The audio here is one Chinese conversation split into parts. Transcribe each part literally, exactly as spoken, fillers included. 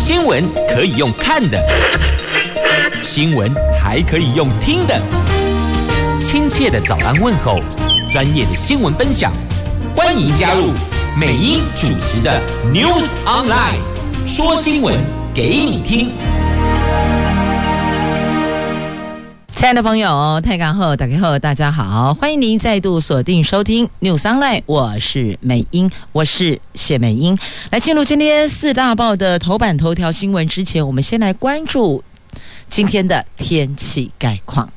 新闻可以用看的，新闻还可以用听的。亲切的早安问候，专业的新闻分享，欢迎加入美英主持的 News Online， 说新闻给你听。 亲爱的朋友，泰港后打开后，大家好，欢迎您再度锁定收听 News Online， 我是美英，我是谢美英。来进入今天四大报的头版头条新闻之前，我们先来关注今天的天气概况。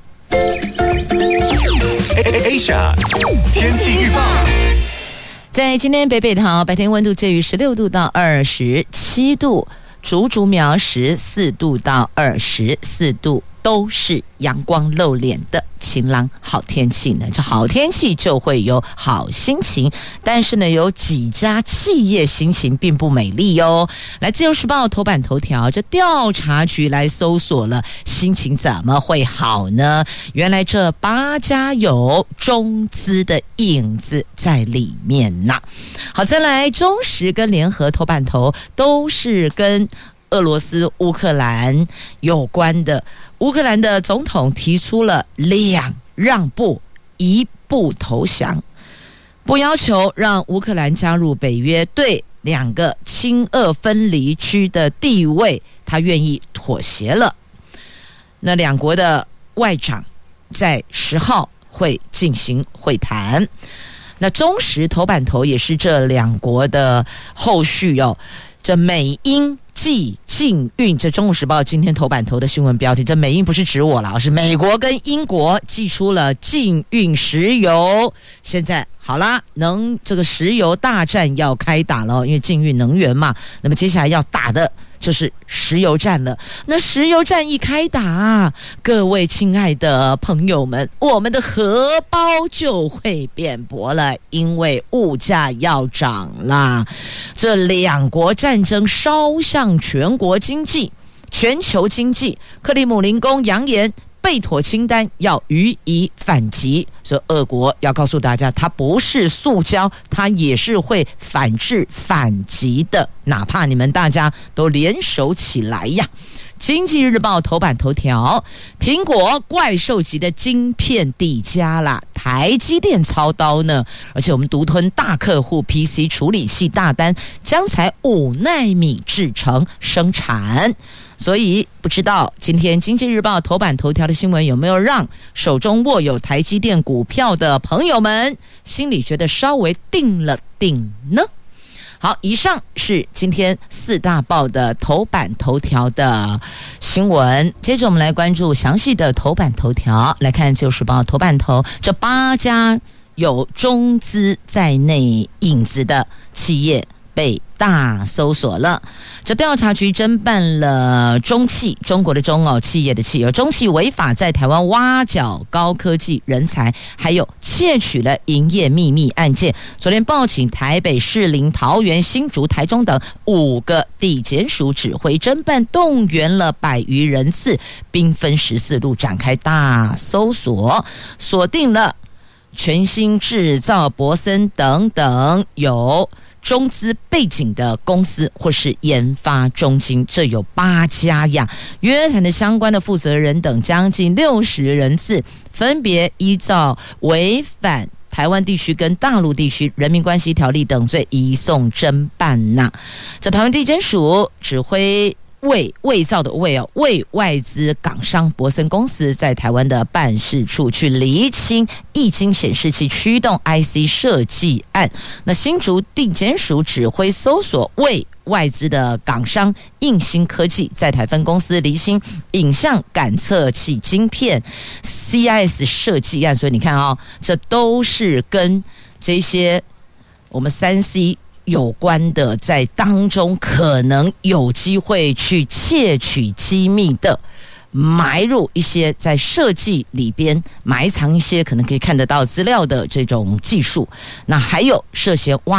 Asia 天气预报。 在今天北北桃白天温度介于十六度到二十七度，竹竹苗十四度到二十四度。都是阳光露脸的晴朗好天气呢，这好天气就会有好心情，但是呢，有几家企业心情并不美丽哦。来，自由时报头版头条，这调查局来搜索了，心情怎么会好呢？原来这八家有中资的影子在里面呐。好，再来，中时跟联合头版头都是跟俄罗斯、乌克兰有关的。乌克兰的总统提出了两让步，一不投降，不要求让乌克兰加入北约，对两个亲俄分离区的地位，他愿意妥协了。那两国的外长在十号会进行会谈。那中时头版头也是这两国的后续哦。这美英继禁运，这中国时报今天头版头的新闻标题，这美英不是指我了，是美国跟英国祭出了禁运石油。现在好啦，能这个石油大战要开打了，因为禁运能源嘛，那么接下来要打的就是石油战了。那石油战一开打，各位亲爱的朋友们，我们的荷包就会变薄了，因为物价要涨啦。这两国战争烧向全国经济、全球经济，克里姆林宫扬言备妥清单，要予以反击。所以俄国要告诉大家，它不是塑胶，它也是会反制反击的，哪怕你们大家都联手起来呀。经济日报头版头条，苹果怪兽级的晶片底价啦，台积电操刀呢，而且我们独吞大客户 P C 处理器大单，将采五奈米制程生产。所以不知道今天经济日报头版头条的新闻有没有让手中握有台积电股票的朋友们心里觉得稍微定了定呢？好，以上是今天四大报的头版头条的新闻。接着我们来关注详细的头版头条，来看自由时报头版头，这八家有中资在内影子的企业被大搜索了。这调查局侦办了中企，中国的中哦，企业的企业，中企违法在台湾挖角高科技人才，还有窃取了营业秘密案件。昨天报请台北、士林、桃园、新竹、台中等五个地检署指挥侦办，动员了百余人次，兵分十四路展开大搜索，锁定了全新制造、博森等等有中资背景的公司或是研发中心，这有八家呀。约谈的相关的负责人等将近六十人次，分别依照违反台湾地区跟大陆地区人民关系条例等罪移送侦办呐。这台湾地检署指挥为伪造的伪哦，为外资港商博森公司在台湾的办事处去厘清液晶显示器驱动 I C 设计案。那新竹地检署指挥搜索为外资的港商应兴科技在台分公司厘清影像感测器晶片 C I S 设计案。所以你看哦，这都是跟这些我们三 C有关的，在当中可能有机会去窃取机密的，埋入一些在设计里边埋藏一些可能可以看得到资料的这种技术。那还有涉嫌挖角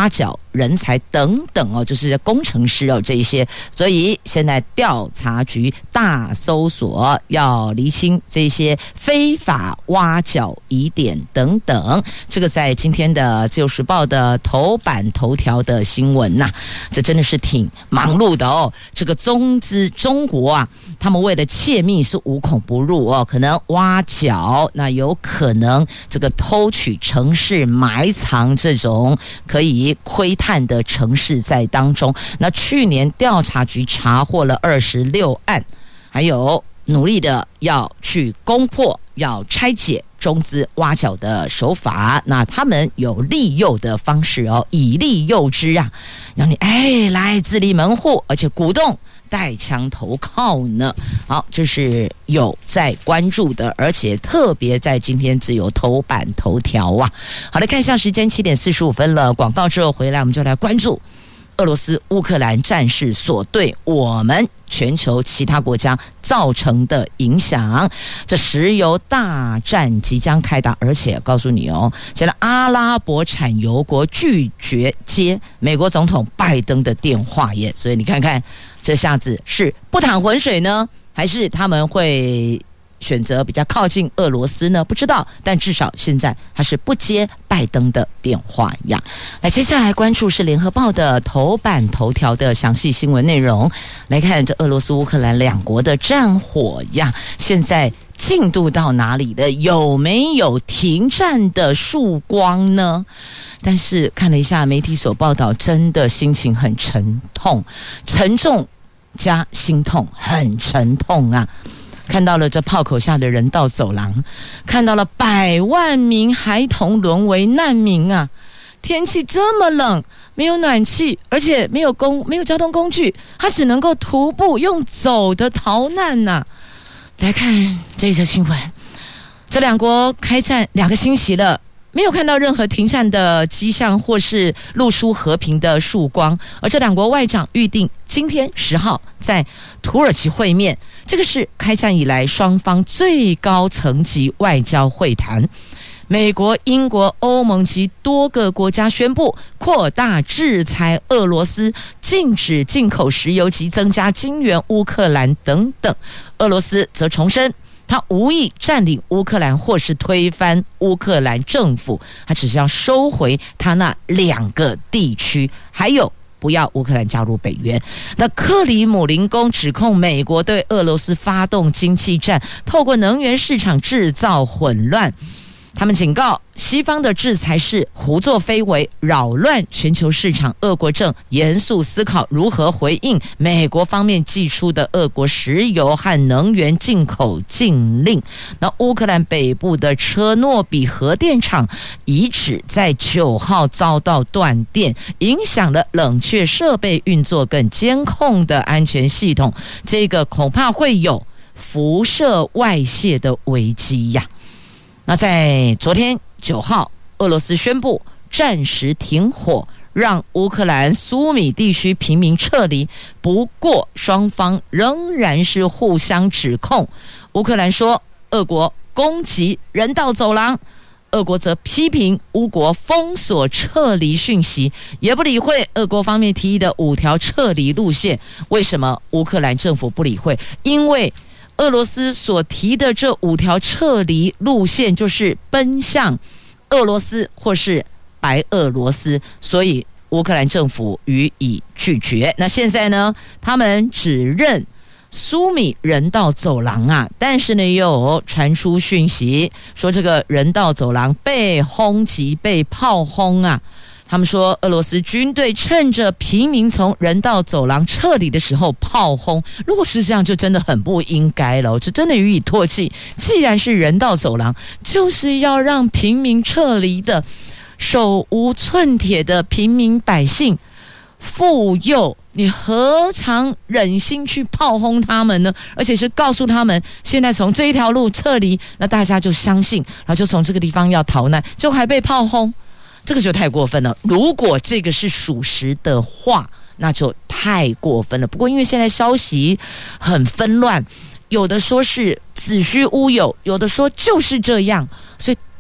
人才等等哦，就是工程师哦这一些，所以现在调查局大搜索，要厘清这些非法挖角疑点等等。这个在今天的自由时报的头版头条的新闻呐、啊，这真的是挺忙碌的哦。这个中资中国啊，他们为了窃密是无孔不入哦，可能挖角，那有可能这个偷取城市埋藏这种可以窥探的城市在当中。那去年调查局查获了二十六案，还有努力的要去攻破，要拆解中资挖角的手法。那他们有利诱的方式哦，以利诱之啊，让你哎来自立门户，而且鼓动带枪投靠呢。好，这是有在关注的，而且特别在今天自由头版头条啊。好的，看一下时间，七点四十五分了。广告之后回来，我们就来关注俄罗斯乌克兰战事所对我们全球其他国家造成的影响。这石油大战即将开打，而且告诉你哦，现在阿拉伯产油国拒绝接美国总统拜登的电话耶，所以你看看这下子是不淌浑水呢，还是他们会选择比较靠近俄罗斯呢？不知道，但至少现在还是不接拜登的电话呀。来，接下来关注是联合报的头版头条的详细新闻内容。来看这俄罗斯乌克兰两国的战火呀，现在进度到哪里了？有没有停战的曙光呢？但是看了一下媒体所报道，真的心情很沉痛，沉重加心痛，很沉痛啊。看到了这炮口下的人道走廊，看到了百万名孩童沦为难民啊！天气这么冷，没有暖气，而且没有公没有交通工具，他只能够徒步用走的逃难呐、啊！来看这一则新闻，这两国开战两个星期了，没有看到任何停战的迹象或是露出和平的曙光，而这两国外长预定今天十号在土耳其会面，这个是开战以来双方最高层级外交会谈。美国、英国、欧盟及多个国家宣布扩大制裁俄罗斯，禁止进口石油及增加金援乌克兰等等。俄罗斯则重申他无意占领乌克兰或是推翻乌克兰政府，他只是要收回他那两个地区，还有不要乌克兰加入北约。那克里姆林宫指控美国对俄罗斯发动经济战，透过能源市场制造混乱。他们警告西方的制裁是胡作非为，扰乱全球市场，俄国正严肃思考如何回应美国方面寄出的俄国石油和能源进口禁令。那乌克兰北部的车诺比核电厂遗址在九号遭到断电，影响了冷却设备运作跟监控的安全系统，这个恐怕会有辐射外泄的危机呀。那在昨天九号，俄罗斯宣布暂时停火，让乌克兰苏米地区平民撤离。不过双方仍然是互相指控。乌克兰说俄国攻击人道走廊，俄国则批评乌国封锁撤离讯息，也不理会俄国方面提议的五条撤离路线。为什么乌克兰政府不理会？因为俄罗斯所提的这五条撤离路线就是奔向俄罗斯或是白俄罗斯，所以乌克兰政府予以拒绝。那现在呢，他们只认苏米人道走廊啊，但是呢，又有传出讯息说这个人道走廊被轰击、被炮轰啊。他们说俄罗斯军队趁着平民从人道走廊撤离的时候炮轰，如果是这样就真的很不应该了，这真的予以唾弃。既然是人道走廊，就是要让平民撤离的，手无寸铁的平民百姓妇幼，你何尝忍心去炮轰他们呢？而且是告诉他们现在从这一条路撤离，那大家就相信，然后就从这个地方要逃难，就还被炮轰，这个就太过分了。如果这个是属实的话，那就太过分了。不过因为现在消息很纷乱，有的说是子虚乌有，有的说就是这样，所以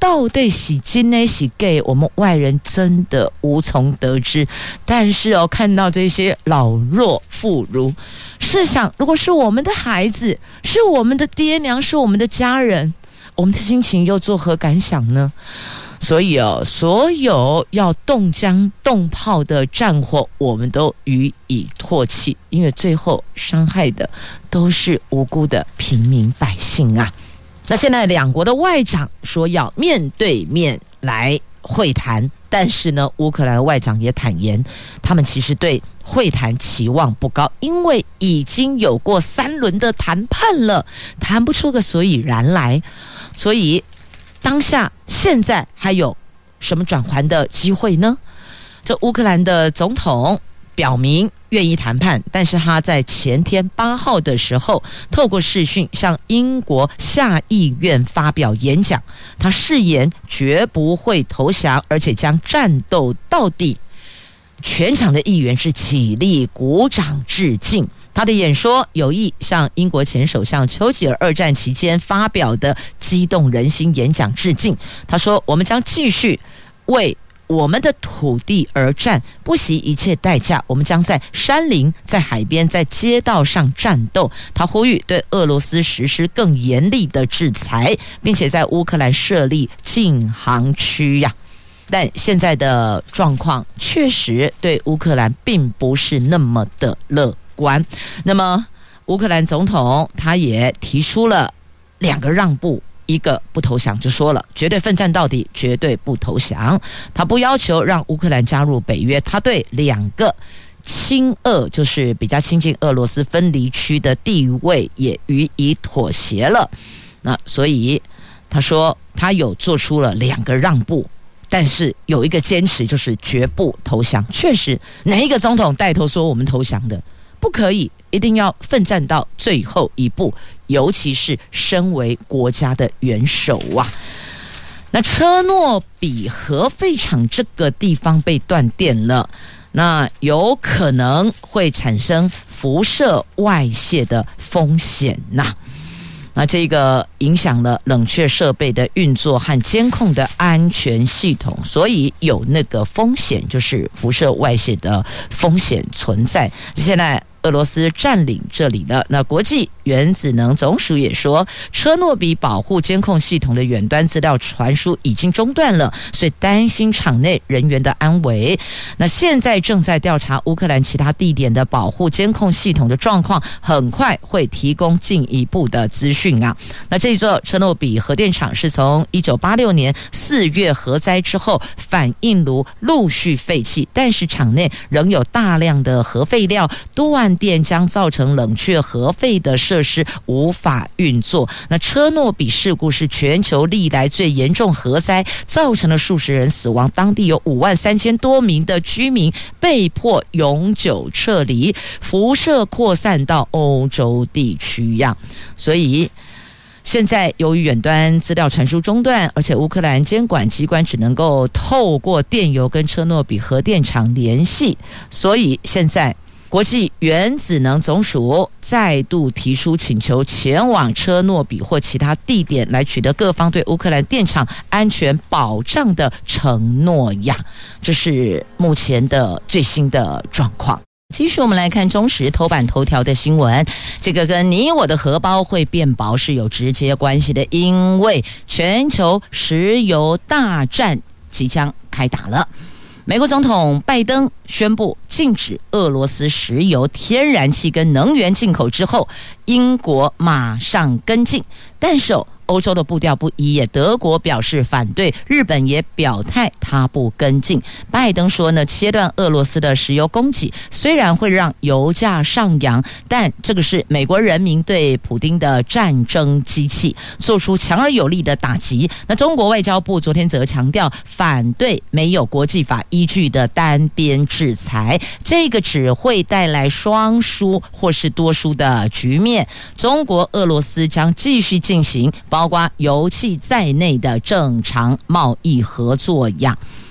到底是真的是假，我们外人真的无从得知。但是哦，看到这些老弱妇孺，试想，如果是我们的孩子，是我们的爹娘，是我们的家人，我们的心情又作何感想呢？所以哦，所有要动枪动炮的战火，我们都予以唾弃，因为最后伤害的都是无辜的平民百姓啊。那现在两国的外长说要面对面来会谈，但是呢，乌克兰外长也坦言，他们其实对会谈期望不高，因为已经有过三轮的谈判了，谈不出个所以然来。所以当下现在还有什么转圜的机会呢？这乌克兰的总统表明愿意谈判，但是他在前天八号的时候透过视讯向英国下议院发表演讲，他誓言绝不会投降，而且将战斗到底。全场的议员是起立鼓掌致敬。他的演说有意向英国前首相丘吉尔二战期间发表的激动人心演讲致敬。他说，我们将继续为我们的土地而战，不惜一切代价，我们将在山林、在海边、在街道上战斗。他呼吁对俄罗斯实施更严厉的制裁，并且在乌克兰设立禁航区呀、啊。但现在的状况确实对乌克兰并不是那么的乐观。那么乌克兰总统他也提出了两个让步，一个不投降，就说了绝对奋战到底，绝对不投降。他不要求让乌克兰加入北约，他对两个亲俄，就是比较亲近俄罗斯分离区的地位也予以妥协了。那所以他说他有做出了两个让步，但是有一个坚持，就是绝不投降。确实，哪一个总统带头说我们投降的？不可以，一定要奋战到最后一步，尤其是身为国家的元首啊。那车诺比核废厂这个地方被断电了，那有可能会产生辐射外泄的风险呐、啊。那这个影响了冷却设备的运作和监控的安全系统，所以有那个风险，就是辐射外泄的风险存在。现在俄罗斯占领这里了，那国际原子能总署也说，车诺比保护监控系统的远端资料传输已经中断了，所以担心场内人员的安危。那现在正在调查乌克兰其他地点的保护监控系统的状况，很快会提供进一步的资讯啊。那这座车诺比核电厂是从一九八六年四月核灾之后，反应炉陆续废弃，但是厂内仍有大量的核废料，断电将造成冷却核废的设施无法运作。那车诺比事故是全球历来最严重核灾，造成了数十人死亡，当地有五万三千多名的居民被迫永久撤离，辐射扩散到欧洲地区呀。所以现在由于远端资料传输中断，而且乌克兰监管机关只能够透过电邮跟车诺比核电厂联系，所以现在国际原子能总署再度提出请求，前往车诺比或其他地点来取得各方对乌克兰电厂安全保障的承诺呀。这是目前的最新的状况。继续我们来看中时头版头条的新闻，这个跟你我的荷包会变薄是有直接关系的，因为全球石油大战即将开打了。美国总统拜登宣布禁止俄罗斯石油、天然气跟能源进口之后，英国马上跟进，但是欧洲的步调不一耶，德国表示反对，日本也表态他不跟进。拜登说呢，切断俄罗斯的石油供给虽然会让油价上扬，但这个是美国人民对普丁的战争机器，做出强而有力的打击。那中国外交部昨天则强调，反对没有国际法依据的单边制裁，这个只会带来双输或是多输的局面。中国、俄罗斯将继续进行包括油气在内的正常贸易合作呀。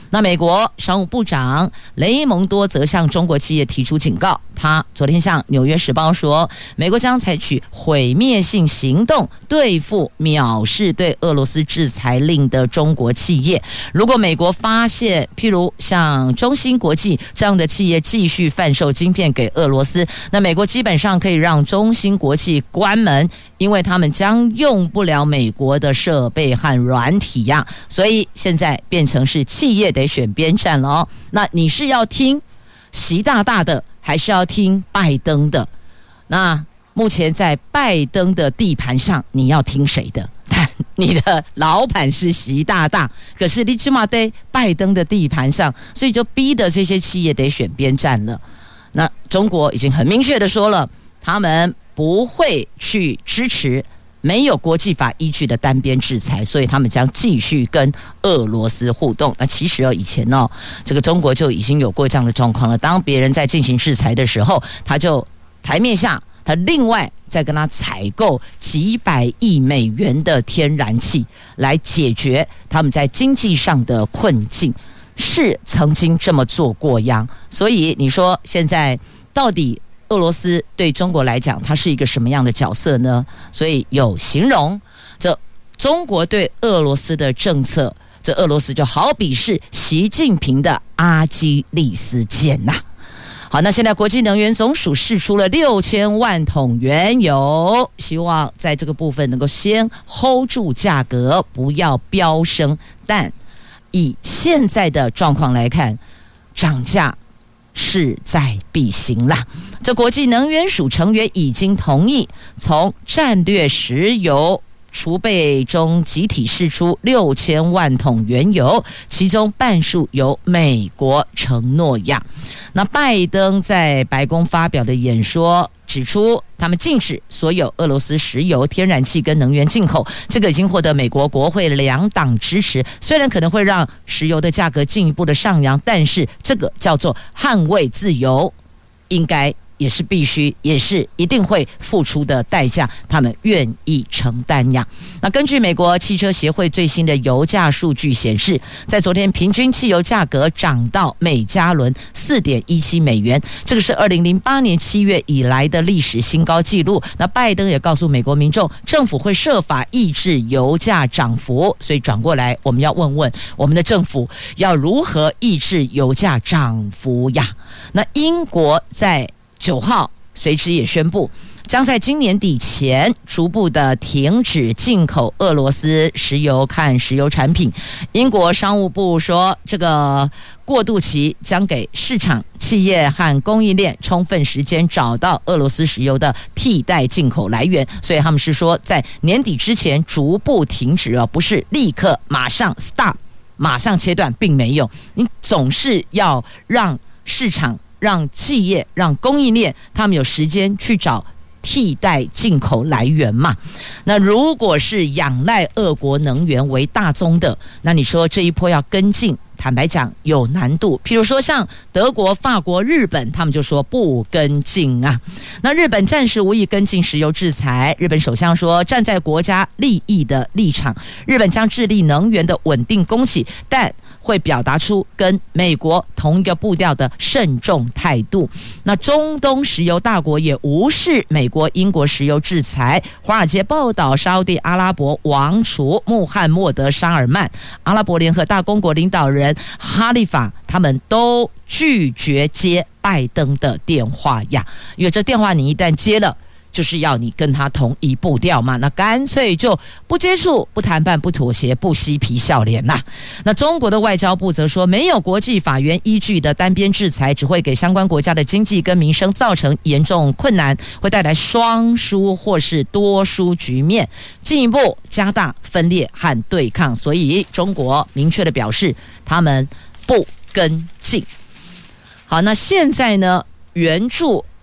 那美国商务部长雷蒙多则向中国企业提出警告，他昨天向《纽约时报》说，美国将采取毁灭性行动对付藐视对俄罗斯制裁令的中国企业。如果美国发现譬如像中芯国际这样的企业继续贩售晶片给俄罗斯，那美国基本上可以让中芯国际关门，因为他们将用不了美国的设备和软体呀。所以现在变成是企业得选边站了哦。那你是要听习大大的，还是要听拜登的？那目前在拜登的地盘上，你要听谁的？你的老板是习大大，可是你起码在拜登的地盘上，所以就逼得这些企业得选边站了。那中国已经很明确的说了，他们不会去支持没有国际法依据的单边制裁，所以他们将继续跟俄罗斯互动。那其实哦，以前哦，这个中国就已经有过这样的状况了。当别人在进行制裁的时候，他就台面下他另外再跟他采购几百亿美元的天然气，来解决他们在经济上的困境，是曾经这么做过呀。所以你说现在到底俄罗斯对中国来讲，它是一个什么样的角色呢？所以有形容这中国对俄罗斯的政策，这俄罗斯就好比是习近平的阿基里斯腱呐、啊。好，那现在国际能源总署释出了六千万桶原油，希望在这个部分能够先 hold 住价格，不要飙升。但以现在的状况来看，涨价势在必行啦。这国际能源署成员已经同意从战略石油储备中集体释出六千万桶原油，其中半数由美国承诺呀。那拜登在白宫发表的演说指出，他们禁止所有俄罗斯石油、天然气跟能源进口，这个已经获得美国国会两党支持。虽然可能会让石油的价格进一步的上扬，但是这个叫做捍卫自由，应该也是必须，也是一定会付出的代价，他们愿意承担呀。那根据美国汽车协会最新的油价数据显示，在昨天平均汽油价格涨到每加仑 四点一七美元，这个是二零零八年七月以来的历史新高纪录。那拜登也告诉美国民众，政府会设法抑制油价涨幅，所以转过来我们要问问我们的政府要如何抑制油价涨幅呀？那英国在九号随之也宣布，将在今年底前逐步的停止进口俄罗斯石油和石油产品。英国商务部说，这个过渡期将给市场、企业和供应链充分时间找到俄罗斯石油的替代进口来源，所以他们是说在年底之前逐步停止哦，不是立刻马上 stop 马上切断，并没有，你总是要让市场、让企业、让供应链他们有时间去找替代进口来源嘛。那如果是仰赖俄国能源为大宗的，那你说这一波要跟进，坦白讲有难度。譬如说像德国、法国、日本，他们就说不跟进啊。那日本暂时无意跟进石油制裁，日本首相说，站在国家利益的立场，日本将致力能源的稳定供给，但会表达出跟美国同一个步调的慎重态度。那中东石油大国也无视美国、英国石油制裁。华尔街报道，沙烏地阿拉伯王储穆罕默德·沙尔曼、阿拉伯联合大公国领导人哈利法，他们都拒绝接拜登的电话呀，因为这电话你一旦接了，就是要你跟他同一步调嘛，那干脆就不接触、不谈判、不妥协、不嬉皮笑脸呐。那中国的外交部则说，没有国际法源依据的单边制裁，只会给相关国家的经济跟民生造成严重困难，会带来双输或是多输局面，进一步加大分裂和对抗。所以中国明确的表示，他们不跟进。好，那现在呢，援助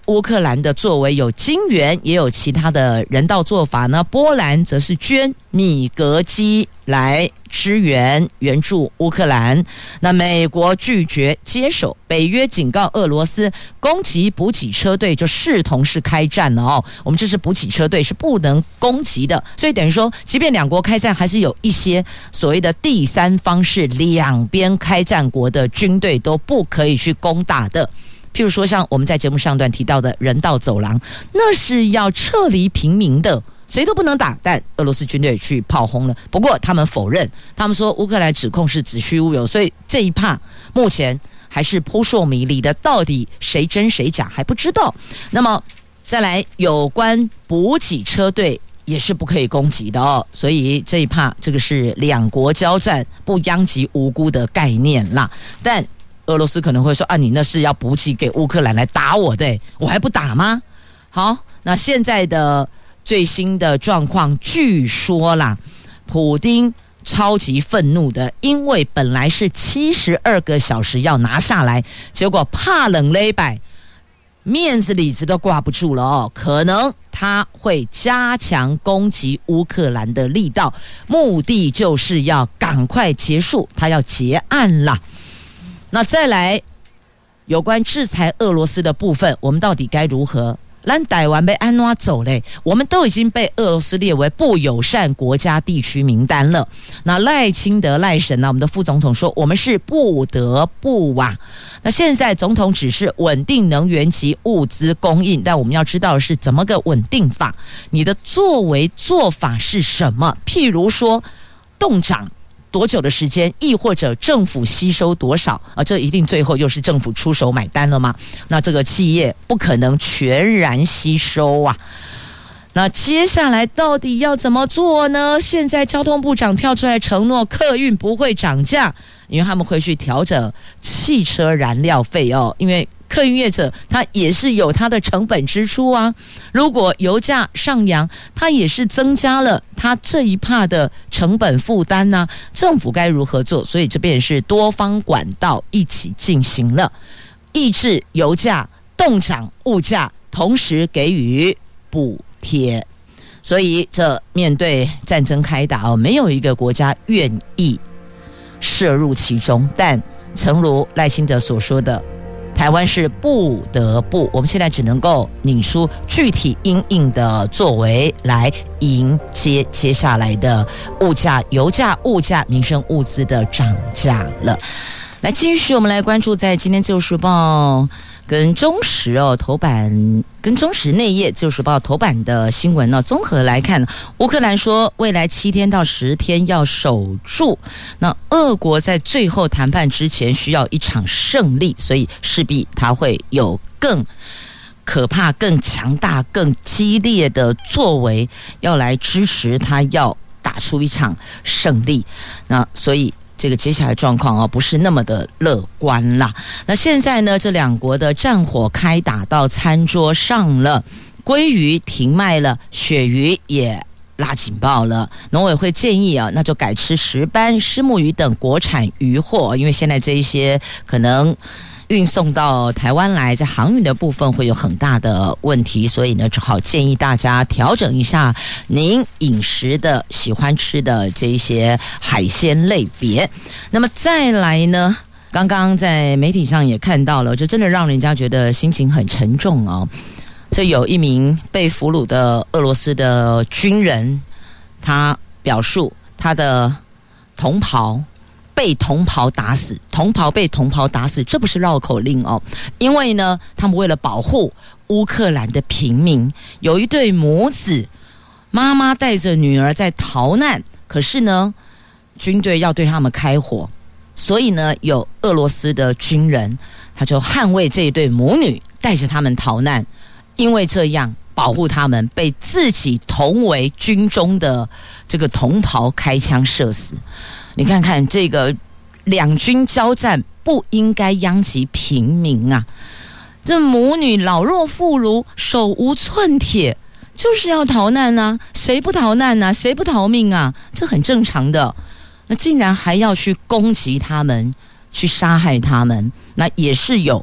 乌克兰的作为有金援，也有其他的人道做法呢。波兰则是捐米格机来支援援助乌克兰。那美国拒绝接手，北约警告俄罗斯攻击补给车队就视同是开战了哦。我们这是补给车队，是不能攻击的。所以等于说，即便两国开战，还是有一些所谓的第三方是两边开战国的军队都不可以去攻打的。譬如说像我们在节目上段提到的人道走廊，那是要撤离平民的，谁都不能打，但俄罗斯军队去炮轰了。不过他们否认，他们说乌克兰指控是子虚乌有，所以这一趴目前还是扑朔迷离的，到底谁真谁假还不知道。那么再来有关补给车队也是不可以攻击的哦，所以这一趴这个是两国交战不殃及无辜的概念啦。但俄罗斯可能会说啊，你那是要补给给乌克兰来打我的，我还不打吗？好，那现在的最新的状况，据说啦，普丁超级愤怒的，因为本来是七十二个小时要拿下来，结果怕冷勒摆，面子里子都挂不住了哦，可能他会加强攻击乌克兰的力道，目的就是要赶快结束，他要结案啦。那再来有关制裁俄罗斯的部分，我们到底该如何？咱台湾被安怎走嘞？我们都已经被俄罗斯列为不友善国家地区名单了。那赖清德赖神呢？我们的副总统说，我们是不得不啊。那现在总统只是稳定能源及物资供应，但我们要知道的是怎么个稳定法？你的作为做法是什么？譬如说冻涨多久的时间，亦或者政府吸收多少啊？这一定最后又是政府出手买单了吗？那这个企业不可能全然吸收啊。那接下来到底要怎么做呢？现在交通部长跳出来承诺客运不会涨价，因为他们会去调整汽车燃料费哦，因为客运业者他也是有他的成本支出啊，如果油价上扬，他也是增加了他这一趴的成本负担啊，政府该如何做？所以这边是多方管道一起进行了，抑制油价冻涨物价，同时给予补贴。所以这面对战争开打哦，没有一个国家愿意涉入其中，但诚如赖清德所说的，台湾是不得不，我们现在只能够拟出具体因应的作为来迎接接下来的物价、油价、物价、民生物资的涨价了。来，继续我们来关注在今天自由时报跟中时哦头版，跟中时内页自由时报头版的新闻呢，综合来看，乌克兰说未来七天到十天要守住，那俄国在最后谈判之前需要一场胜利，所以势必它会有更可怕、更强大、更激烈的作为，要来支持他，要打出一场胜利。那所以这个接下来状况哦，不是那么的乐观啦。那现在呢，这两国的战火开打到餐桌上了，鲑鱼停卖了，鳕鱼也拉警报了。农委会建议啊，那就改吃石斑、虱目鱼等国产鱼货，因为现在这一些可能运送到台湾来，在航运的部分会有很大的问题，所以呢，只好建议大家调整一下您饮食的喜欢吃的这一些海鲜类别。那么再来呢，刚刚在媒体上也看到了，这真的让人家觉得心情很沉重哦。这有一名被俘虏的俄罗斯的军人，他表述他的同袍被同袍打死，同袍被同袍打死，这不是绕口令哦。因为呢，他们为了保护乌克兰的平民，有一对母子，妈妈带着女儿在逃难，可是呢，军队要对他们开火，所以呢，有俄罗斯的军人，他就捍卫这一对母女，带着他们逃难，因为这样保护他们，被自己同为军中的这个同袍开枪射死。你看看这个两军交战不应该殃及平民啊！这母女老弱妇孺手无寸铁，就是要逃难啊！谁不逃难啊？谁不逃命啊？这很正常的。那竟然还要去攻击他们，去杀害他们，那也是有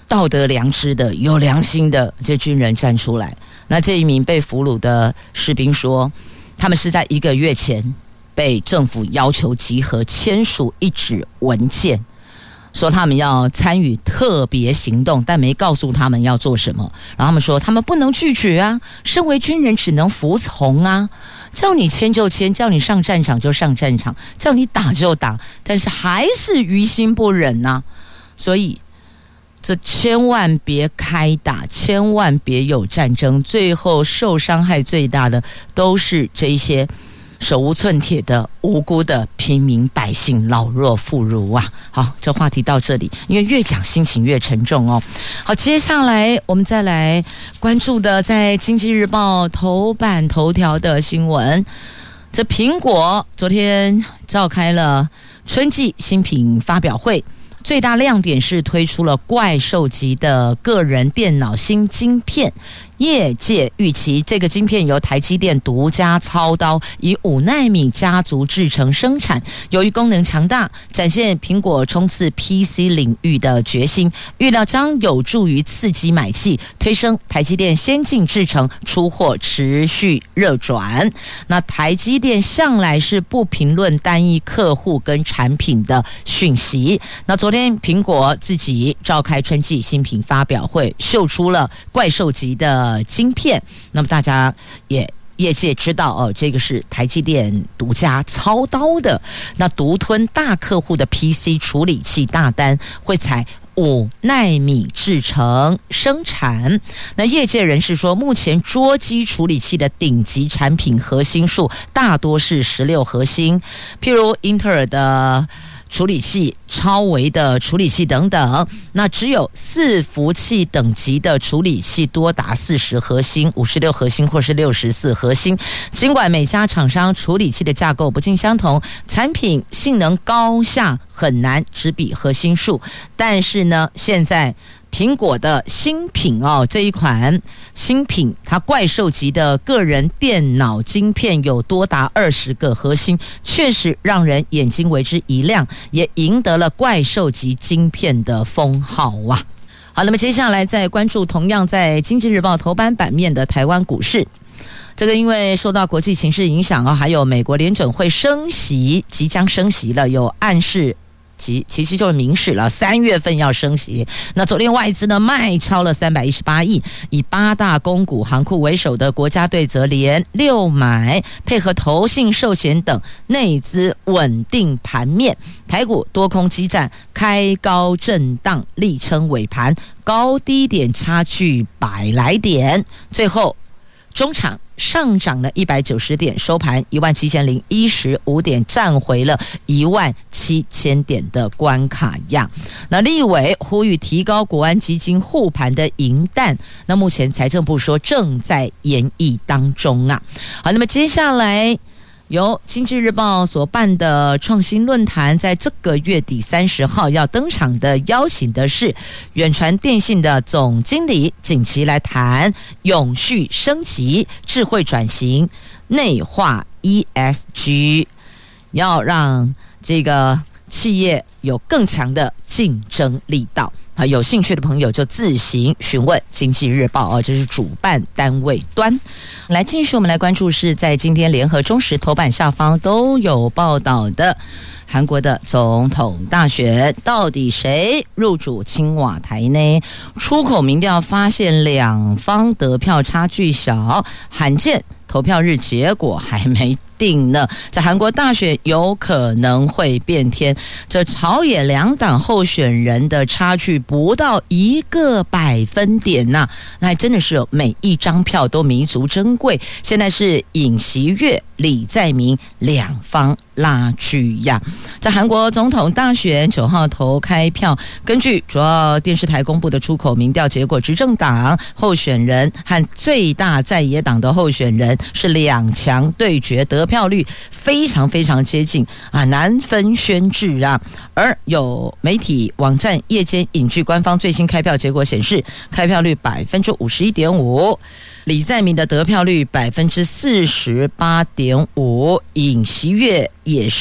道德良知的、有良心的这军人站出来。那这一名被俘虏的士兵说，他们是在一个月前被政府要求集合签署一纸文件，说他们要参与特别行动，但没告诉他们要做什么。然后他们说他们不能拒绝啊，身为军人只能服从啊，叫你签就签，叫你上战场就上战场，叫你打就打，但是还是于心不忍啊。所以这千万别开打，千万别有战争，最后受伤害最大的都是这一些手无寸铁的无辜的平民百姓，老弱妇孺啊。好，这话题到这里，因为越讲心情越沉重哦。好，接下来我们再来关注的在经济日报头版头条的新闻，这苹果昨天召开了春季新品发表会，最大亮点是推出了怪兽级的个人电脑新晶片，业界预期这个晶片由台积电独家操刀，以五奈米家族制程生产，由于功能强大，展现苹果冲刺 P C 领域的决心，预料将有助于刺激买气，推升台积电先进制程出货持续热转。那台积电向来是不评论单一客户跟产品的讯息，那昨天苹果自己召开春季新品发表会，秀出了怪兽级的晶片，那么大家也业界知道哦，这个是台积电独家操刀的，那独吞大客户的 P C 处理器大单，会采五奈米制程生产。那业界人士说，目前桌机处理器的顶级产品核心数大多是十六核心，譬如英特尔的处理器、超微的处理器等等，那只有伺服器等级的处理器多达四十核心、五十六核心或是六十四核心。尽管每家厂商处理器的架构不尽相同，产品性能高下很难只比核心数，但是呢，现在苹果的新品哦，这一款新品，它怪兽级的个人电脑晶片有多达二十个核心，确实让人眼睛为之一亮，也赢得了怪兽级晶片的封号啊。好，那么接下来再关注同样在经济日报头版版面的台湾股市。这个因为受到国际情势影响啊，还有美国联准会升息，即将升息了，有暗示其其实就是明示了，三月份要升息。那昨天外资呢卖超了三百一十八亿，以八大公股行库为首的国家队则连六买，配合投信、寿险等内资稳定盘面。台股多空激战，开高震荡，力撑尾盘，高低点差距百来点，最后中场上涨了一百九十点，收盘一万七千零一十五点，站回了一万七千点的关卡样。那立委呼吁提高国安基金护盘的银弹，那目前财政部说正在研议当中啊。好，那么接下来由经济日报所办的创新论坛，在这个月底三十号要登场的，邀请的是远传电信的总经理景琦来谈永续升级、智慧转型、内化 E S G， 要让这个企业有更强的竞争力道。啊，有兴趣的朋友就自行询问经济日报哦，这是主办单位端。来，继续我们来关注是在今天联合中时头版下方都有报道的韩国的总统大选，到底谁入主青瓦台呢？出口民调发现两方得票差距小，罕见投票日结果还没定呢，在韩国大选有可能会变天，这朝野两党候选人的差距不到一个百分点呐、啊，那还真的是每一张票都弥足珍贵。现在是尹锡悦、李在明两方拉锯呀。在韩国总统大选九号投开票，根据主要电视台公布的出口民调结果，执政党候选人和最大在野党的候选人是两强对决，得票率非常非常接近啊，难分轩轾啊。而有媒体网站夜间引据官方最新开票结果显示，开票率百分之五十一点五。李在明的得票率百分之四十八点五，尹锡悦也是百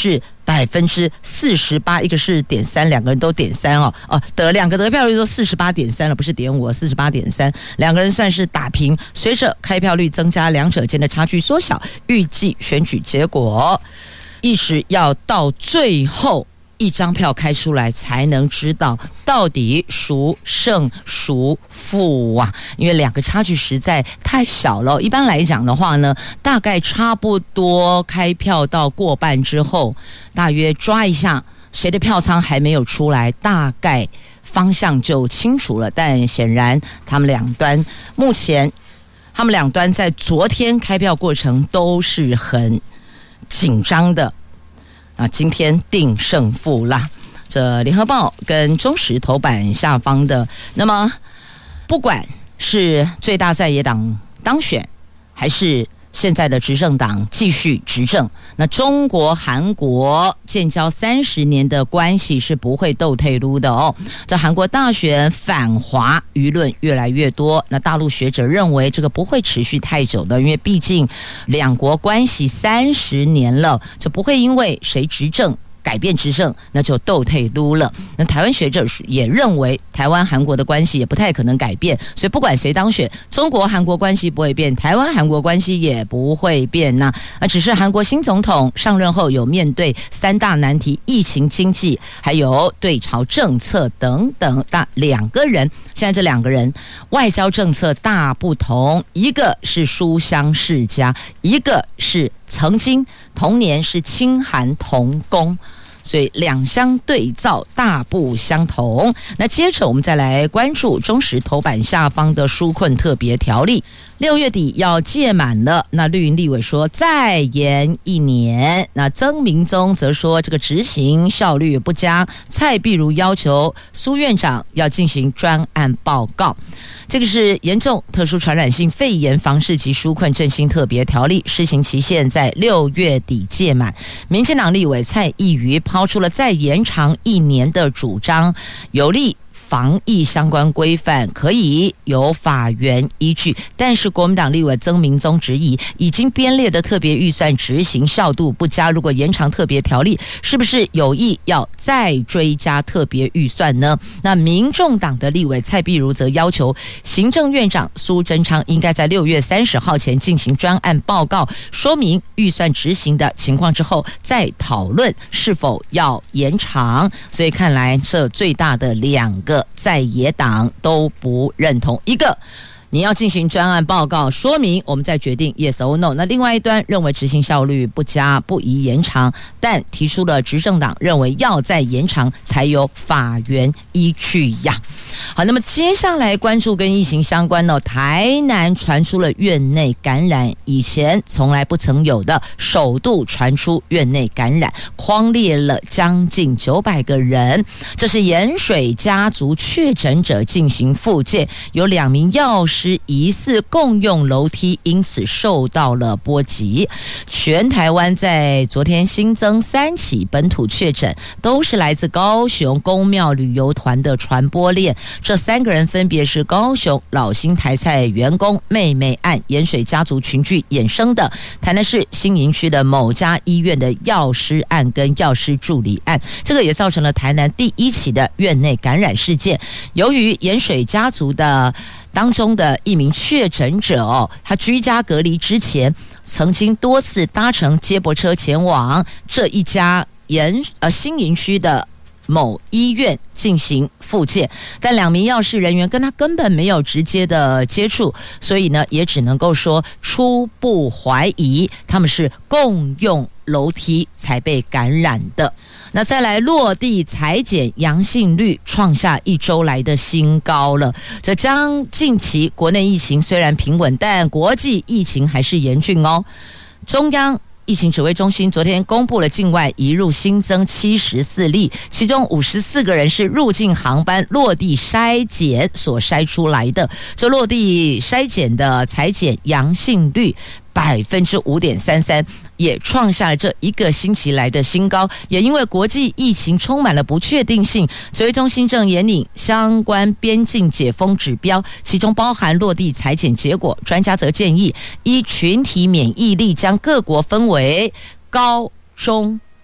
百分之四十八，一个是点三，两个人都点三哦，哦，得两个得票率都四十八点三了，不是点五，四十八点三，两个人算是打平。随着开票率增加，两者间的差距缩小，预计选举结果一直要到最后一张票开出来才能知道到底孰胜孰负啊！因为两个差距实在太小了。一般来讲的话呢，大概差不多开票到过半之后，大约抓一下谁的票仓还没有出来，大概方向就清楚了。但显然他们两端目前他们两端在昨天开票过程都是很紧张的啊，今天定胜负啦。这联合报跟中时头版下方的，那么不管是最大在野党当选，还是现在的执政党继续执政，那中国韩国建交三十年的关系是不会斗退路的哦。这韩国大选反华舆论越来越多，那大陆学者认为这个不会持续太久的，因为毕竟两国关系三十年了，这不会因为谁执政改变执政那就斗退路了。那台湾学者也认为台湾韩国的关系也不太可能改变，所以不管谁当选，中国韩国关系不会变，台湾韩国关系也不会变呐。那只是韩国新总统上任后有面对三大难题，疫情、经济还有对朝政策等等，大两个人现在这两个人外交政策大不同，一个是书香世家，一个是曾经同年是亲韩同工，所以两相对照大不相同。那接着我们再来关注中时头版下方的纾困特别条例，六月底要届满了，那绿营立委说再延一年，那曾明宗则说这个执行效率不佳，蔡壁如要求苏院长要进行专案报告。这个是严重特殊传染性肺炎防治及纾困振兴特别条例，施行期限在六月底届满。民进党立委蔡意瑜抛出了再延长一年的主张，有利防疫相关规范可以有法源依据，但是国民党立委曾明宗质疑，已经编列的特别预算执行效度不佳，如果延长特别条例，是不是有意要再追加特别预算呢？那民众党的立委蔡壁如则要求行政院长苏贞昌应该在六月三十号前进行专案报告，说明预算执行的情况之后，再讨论是否要延长。所以看来这最大的两个在野党都不认同，一个你要进行专案报告，说明我们再决定 yes or no。 那另外一端认为执行效率不佳，不宜延长，但提出了执政党认为要再延长才有法源依据呀。好，那么接下来关注跟疫情相关的，台南传出了院内感染，以前从来不曾有的，首度传出院内感染，匡列了将近九百个人。这是盐水家族确诊者进行复健，有两名药师疑似共用楼梯，因此受到了波及。全台湾在昨天新增三起本土确诊，都是来自高雄公庙旅游团的传播链。这三个人分别是高雄老新台菜员工妹妹案、盐水家族群聚衍生的台南市新营区的某家医院的药师案跟药师助理案，这个也造成了台南第一起的院内感染事件。由于盐水家族的当中的一名确诊者哦，他居家隔离之前，曾经多次搭乘接驳车前往这一家盐呃新营区的某医院进行复健，但两名药师人员跟他根本没有直接的接触，所以呢，也只能够说初步怀疑他们是共用楼梯才被感染的。那再来落地采检阳性率创下一周来的新高了。这将近期国内疫情虽然平稳，但国际疫情还是严峻哦。中央疫情指挥中心昨天公布了境外移入新增七十四例，其中五十四个人是入境航班落地筛检所筛出来的。这落地筛检的采检阳性率百分之五点三三，也创下了这一个星期来的新高。也因为国际疫情充满了不确定性，指挥中心正研拟相关边境解封指标，其中包含落地采检结果。专家则建议，依群体免疫力将各国分为高、中、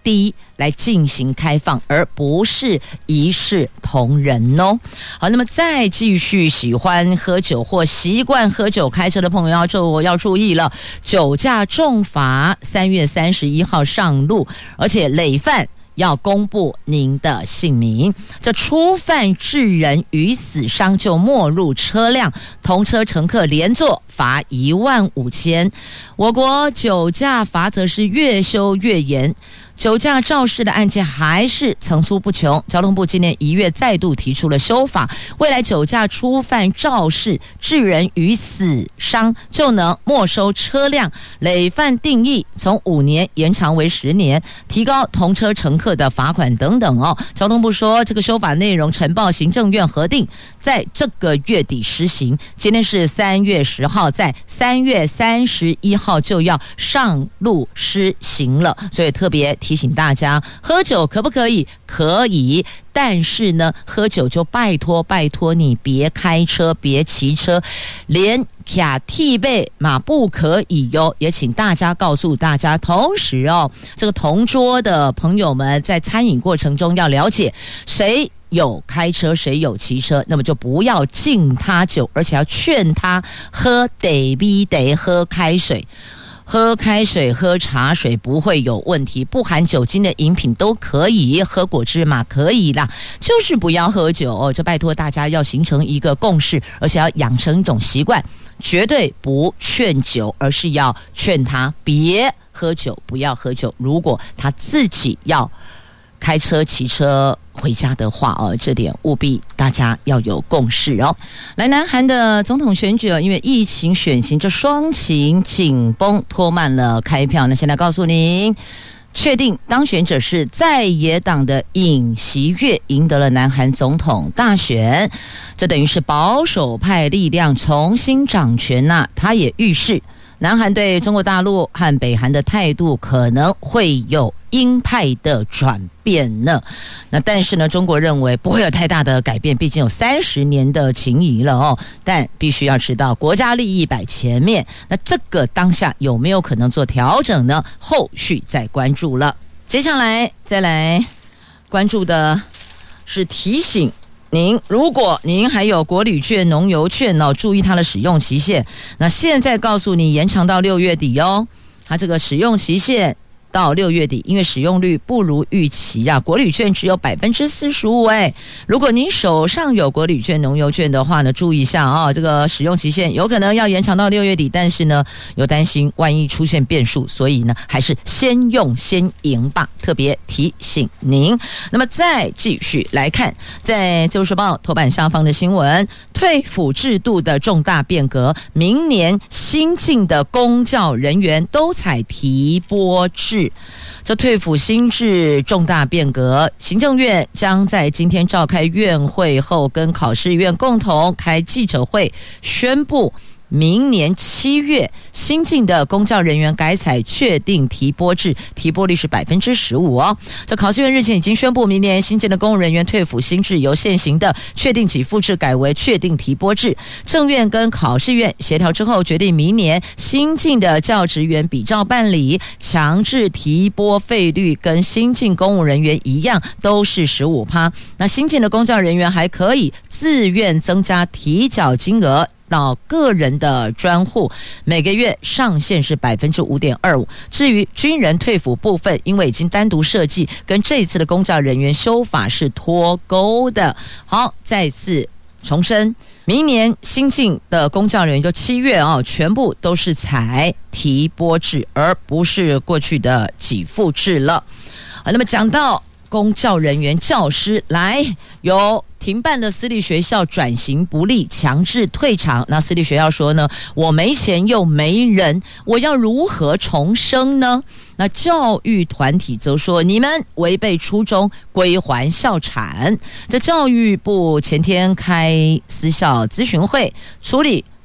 低来进行开放，而不是一视同仁哦。好，那么再继续喜欢喝酒或习惯喝酒开车的朋友要注要注意了，酒驾重罚三月三十一号上路，而且累犯要公布您的姓名。这初犯致人于死伤就没入车辆，同车乘客连坐罚一万五千。我国酒驾罚则是越修越严。酒驾肇事的案件还是层出不穷，交通部今年一月再度提出了修法，未来酒驾初犯肇事致人于死伤就能没收车辆，累犯定义从五年延长为十年，提高同车乘客的罚款等等哦。交通部说，这个修法内容呈报行政院核定，在这个月底施行。今天是三月十号，在三月三十一号就要上路施行了，所以特别提醒大家，喝酒可不可以？可以，但是呢，喝酒就拜托拜托你别开车，别骑车，连卡替背嘛不可以哟。也请大家告诉大家，同时哦，这个同桌的朋友们在餐饮过程中要了解谁有开车谁有骑车，那么就不要敬他酒，而且要劝他喝得必得喝开水。喝开水喝茶水不会有问题，不含酒精的饮品都可以，喝果汁嘛可以啦，就是不要喝酒哦。这拜托大家要形成一个共识，而且要养成一种习惯，绝对不劝酒，而是要劝他别喝酒，不要喝酒。如果他自己要开车骑车回家的话哦，这点务必大家要有共识哦。来，南韩的总统选举哦，因为疫情选情这双情紧绷，拖慢了开票。那现在告诉您，确定当选者是在野党的尹锡悦赢得了南韩总统大选，这等于是保守派力量重新掌权呐、啊。他也预示，南韩对中国大陆和北韩的态度可能会有鹰派的转变呢。那但是呢，中国认为不会有太大的改变，毕竟有三十年的情谊了哦。但必须要知道，国家利益摆前面，那这个当下有没有可能做调整呢？后续再关注了。接下来再来关注的是提醒您，如果您还有国旅券、农游券哦，注意它的使用期限。那现在告诉你，延长到六月底哦。它这个使用期限到六月底，因为使用率不如预期啊，国旅券只有百分之四十五哎。如果您手上有国旅券、农游券的话呢，注意一下啊、哦，这个使用期限有可能要延长到六月底，但是呢，有担心万一出现变数，所以呢，还是先用先赢吧。特别提醒您。那么再继续来看，在《自由时报》头版下方的新闻，退辅制度的重大变革，明年新进的公教人员都采提拨制。这退辅新制重大变革，行政院将在今天召开院会后，跟考试院共同开记者会，宣布明年七月新进的公教人员改采确定提拨制，提拨率是百分之十五哦。这考试院日前已经宣布，明年新进的公务人员退辅新制由现行的确定给付制改为确定提拨制。政院跟考试院协调之后，决定明年新进的教职员比照办理，强制提拨费率跟新进公务人员一样，都是 百分之十五。那新进的公教人员还可以自愿增加提缴金额到个人的专户，每个月上限是 百分之五点二五。 至于军人退辅部分，因为已经单独设计，跟这一次的公教人员修法是脱钩的。好，再次重申，明年新进的公教人员就七月哦，全部都是采提拨制，而不是过去的给付制了。好，那么讲到公教人员、教师，来有停办的私立学校转型不利，强制退场。那私立学校说呢，我没钱又没人，我要如何重生呢？那教育团体则说，你们违背初衷，归还校产。这教育部前天开私校咨询会，处理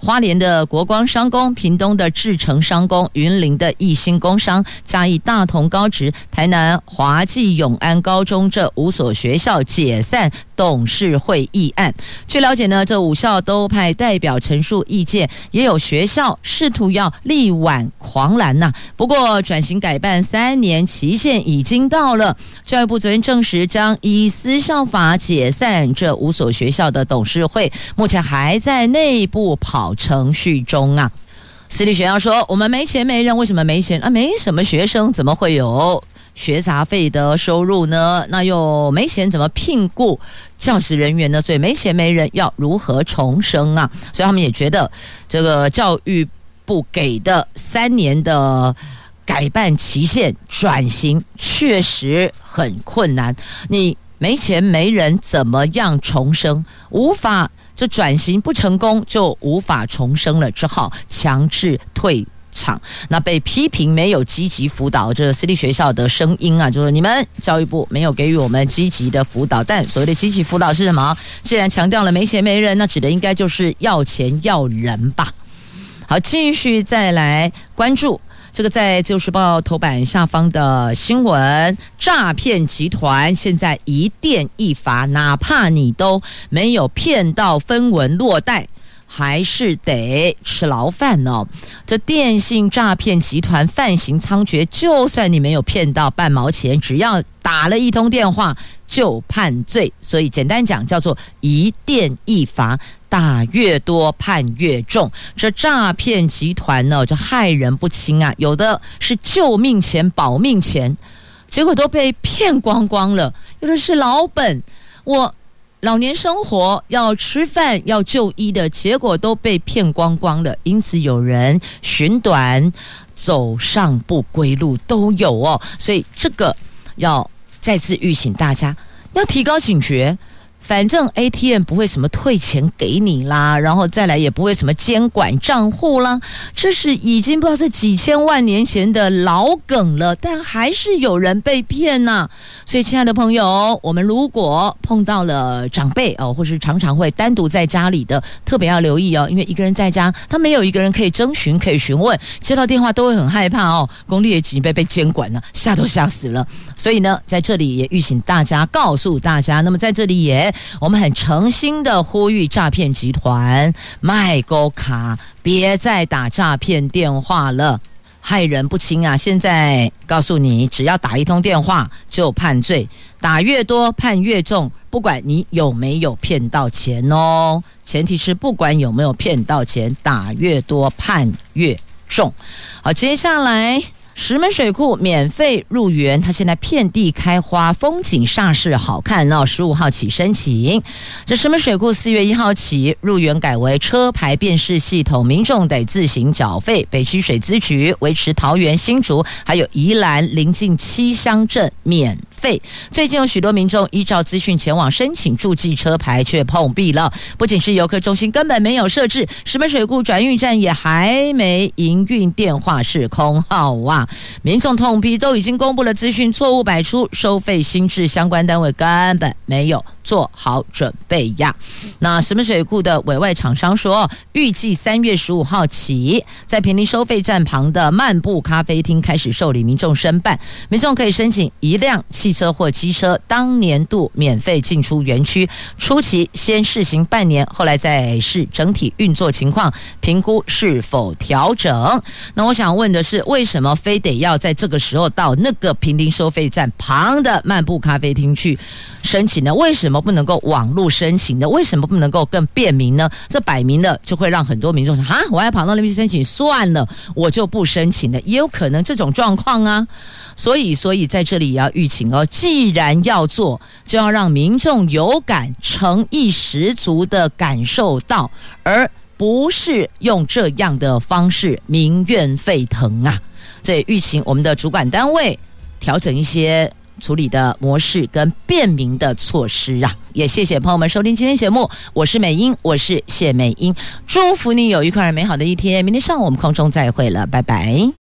花莲的国光商工、屏东的智诚商工、云林的义兴工商、嘉义大同高职、台南华记永安高中这五所学校解散董事会议案。据了解呢，这五校都派代表陈述意见，也有学校试图要力挽狂澜呐、啊。不过转型改办三年期限已经到了，教育部昨天证实将依私校法解散这五所学校的董事会，目前还在内部跑程序中啊。私立学校说我们没钱没人，为什么没钱啊？没什么学生，怎么会有学杂费的收入呢？那又没钱怎么聘雇教职人员呢？所以没钱没人，要如何重生啊？所以他们也觉得这个教育部给的三年的改办期限转型确实很困难，你没钱没人怎么样重生？无法，这转型不成功就无法重生了，只好强制退场。那被批评没有积极辅导这私立学校的声音啊，就是你们教育部没有给予我们积极的辅导。但所谓的积极辅导是什么？既然强调了没钱没人，那指的应该就是要钱要人吧。好，继续再来关注这个在自由时报头版下方的新闻，诈骗集团现在一电一罚，哪怕你都没有骗到分文落袋，还是得吃牢饭哦。这电信诈骗集团犯行猖獗，就算你没有骗到半毛钱，只要打了一通电话就判罪。所以简单讲叫做一电一罚，打越多判越重。这诈骗集团呢，这害人不轻啊，有的是救命钱保命钱，结果都被骗光光了；有的是老本，我老年生活要吃饭要就医的，结果都被骗光光了。因此有人寻短走上不归路都有哦。所以这个要再次预警大家要提高警觉。反正 A T M 不会什么退钱给你啦，然后再来也不会什么监管账户啦，这是已经不知道是几千万年前的老梗了，但还是有人被骗呐、啊。所以亲爱的朋友，我们如果碰到了长辈哦，或是常常会单独在家里的，特别要留意哦，因为一个人在家，他没有一个人可以征询可以询问，接到电话都会很害怕哦，公立的警备被监管了，吓都吓死了。所以呢，在这里也预请大家，告诉大家，那么在这里也我们很诚心的呼吁诈骗集团卖勾卡，别再打诈骗电话了，害人不轻啊！现在告诉你，只要打一通电话就判罪，打越多判越重，不管你有没有骗到钱哦，前提是不管有没有骗到钱，打越多判越重。好，接下来石门水库免费入园，它现在遍地开花，风景煞是好看哦。十五号起申请，这石门水库四月一号起入园改为车牌辨识系统，民众得自行缴费。北区水资局维持桃园、新竹还有宜兰邻近七乡镇免费。最近有许多民众依照资讯前往申请注记车牌，却碰壁了。不仅是游客中心根本没有设置，石门水库转运站也还没营运，电话是空号啊！民众痛批都已经公布了资讯错误百出，收费新制，相关单位根本没有做好准备呀。那石门水库的委外厂商说，预计三月十五号起，在坪林收费站旁的漫步咖啡厅开始受理民众申办，民众可以申请一辆汽车或机车当年度免费进出园区，初期先试行半年，后来再视整体运作情况评估是否调整。那我想问的是，为什么非得要在这个时候到那个坪林收费站旁的漫步咖啡厅去申请呢？为什么不能够网络申请呢？为什么不能够更便民呢？这摆明了就会让很多民众说，哈，我要跑到那边去申请，算了，我就不申请了，也有可能这种状况啊。所以所以在这里也要预请哦，既然要做，就要让民众有感，诚意十足的感受到，而不是用这样的方式民怨沸腾啊。这也预请我们的主管单位调整一些处理的模式跟便民的措施啊。也谢谢朋友们收听今天节目，我是美英，我是谢美英，祝福你有愉快而美好的一天，明天上午我们空中再会了，拜拜。